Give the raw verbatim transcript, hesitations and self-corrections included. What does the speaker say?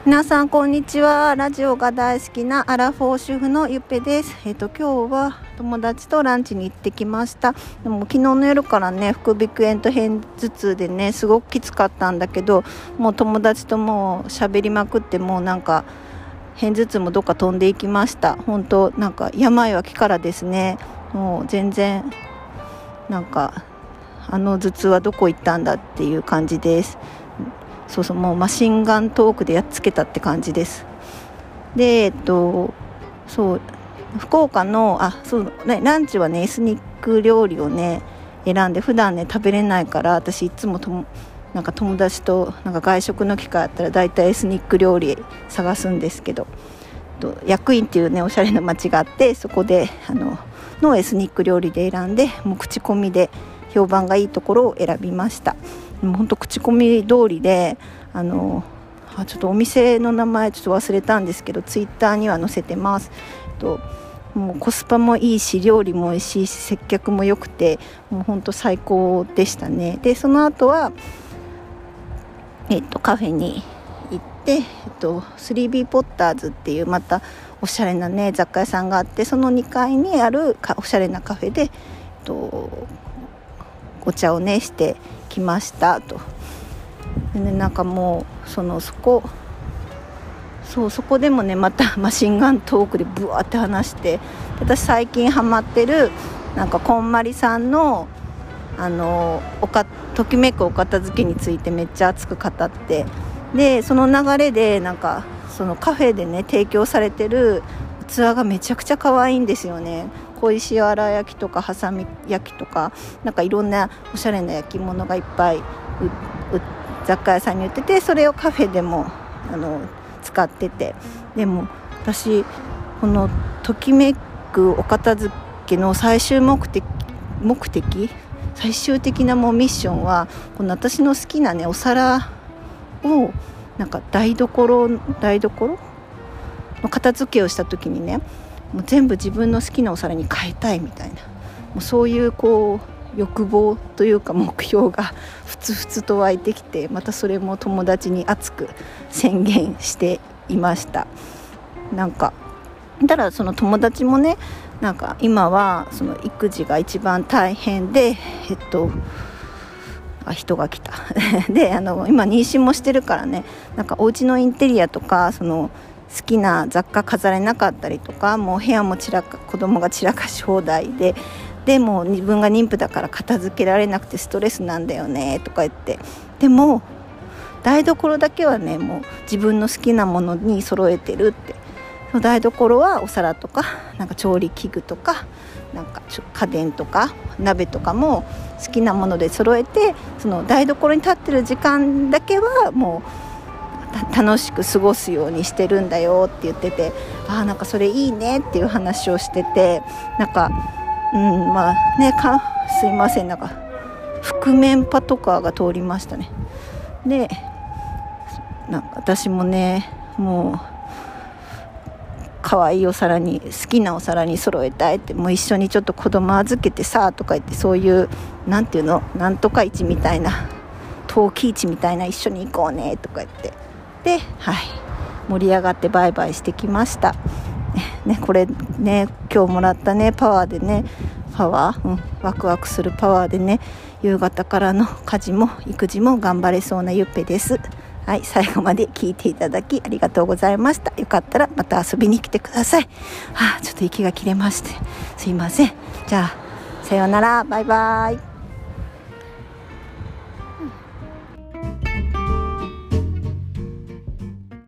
皆さんこんにちは。ラジオが大好きなアラフォー主婦のゆっぺです。えっと今日は友達とランチに行ってきました。でも昨日の夜からね副鼻腔炎と片頭痛でねすごくきつかったんだけど、もう友達ともう喋りまくって、もうなんか片頭痛もどっか飛んでいきました。本当なんか病は気からですね。もう全然なんかあの頭痛はどこ行ったんだっていう感じです。そうそう、もうマシンガントークでやっつけたって感じです。でえっとそう福岡のあそうねランチはねエスニック料理をね選んで、普段ね食べれないから、私いつもともなんか友達となんか外食の機会あったらだいたいエスニック料理探すんですけど、と薬院っていうねおしゃれな街があって、そこであののエスニック料理で選んで、もう口コミで評判がいいところを選びました。もうほんと口コミ通りで、あのあちょっとお店の名前ちょっと忘れたんですけど、ツイッターには載せてます。ともうコスパもいいし、料理も美味しいし、接客も良くて、もうほんと最高でしたね。でその後は、えっと、カフェに行って、えっと、スリービー ポッターズっていうまたおしゃれなね雑貨屋さんがあって、そのにかいにあるおしゃれなカフェで、えっと、お茶をねしてきましたと。でね、なんかもうそのそこそうそこでもねまたマシンガントークでブワーって話して、私最近ハマってるなんかこんまりさんのあのおかときめくお片付けについてめっちゃ熱く語って、でその流れでなんかそのカフェでね提供されてる器がめちゃくちゃ可愛いんですよね。小石原焼きとかハサミ焼きとか、なんかいろんなおしゃれな焼き物がいっぱい雑貨屋さんに売ってて、それをカフェでもあの使ってて、でも私このときめくお片付けの最終目的目的最終的なもうミッションは、この私の好きなねお皿をなんか台所台所の片付けをした時にね、もう全部自分の好きなお皿に変えたいみたいな、もうそういうこう欲望というか目標がふつふつと湧いてきて、またそれも友達に熱く宣言していました。なんかだからその友達もね、なんか今はその育児が一番大変で、えっとあ人が来たであの今妊娠もしてるからね、なんかお家のインテリアとかその好きな雑貨飾れなかったりとか、もう部屋も散らか子供が散らかし放題で、でも自分が妊婦だから片付けられなくてストレスなんだよねとか言って、でも台所だけはねもう自分の好きなものに揃えてるって。その台所はお皿とかなんか調理器具とかなんか家電とか鍋とかも好きなもので揃えて、その台所に立ってる時間だけはもう楽しく過ごすようにしてるんだよって言ってて、あなんかそれいいねっていう話をしてて、なんかうんまあねかすいません、なんか覆面パトカーが通りましたね。でなんか私もねもう可愛いお皿に好きなお皿に揃えたいって、もう一緒にちょっと子供預けてさとか言って、そういうなんていうのなんとか市みたいな陶器市みたいな一緒に行こうねとか言って、ではい盛り上がってバイバイしてきました。ね、これね今日もらったねパワーでねパワー、うん、ワクワクするパワーでね夕方からの家事も育児も頑張れそうなゆっぺです。はい、最後まで聞いていただきありがとうございました。よかったらまた遊びに来てください。はあ、ちょっと息が切れましてすいません。じゃあさようなら、バイバイ。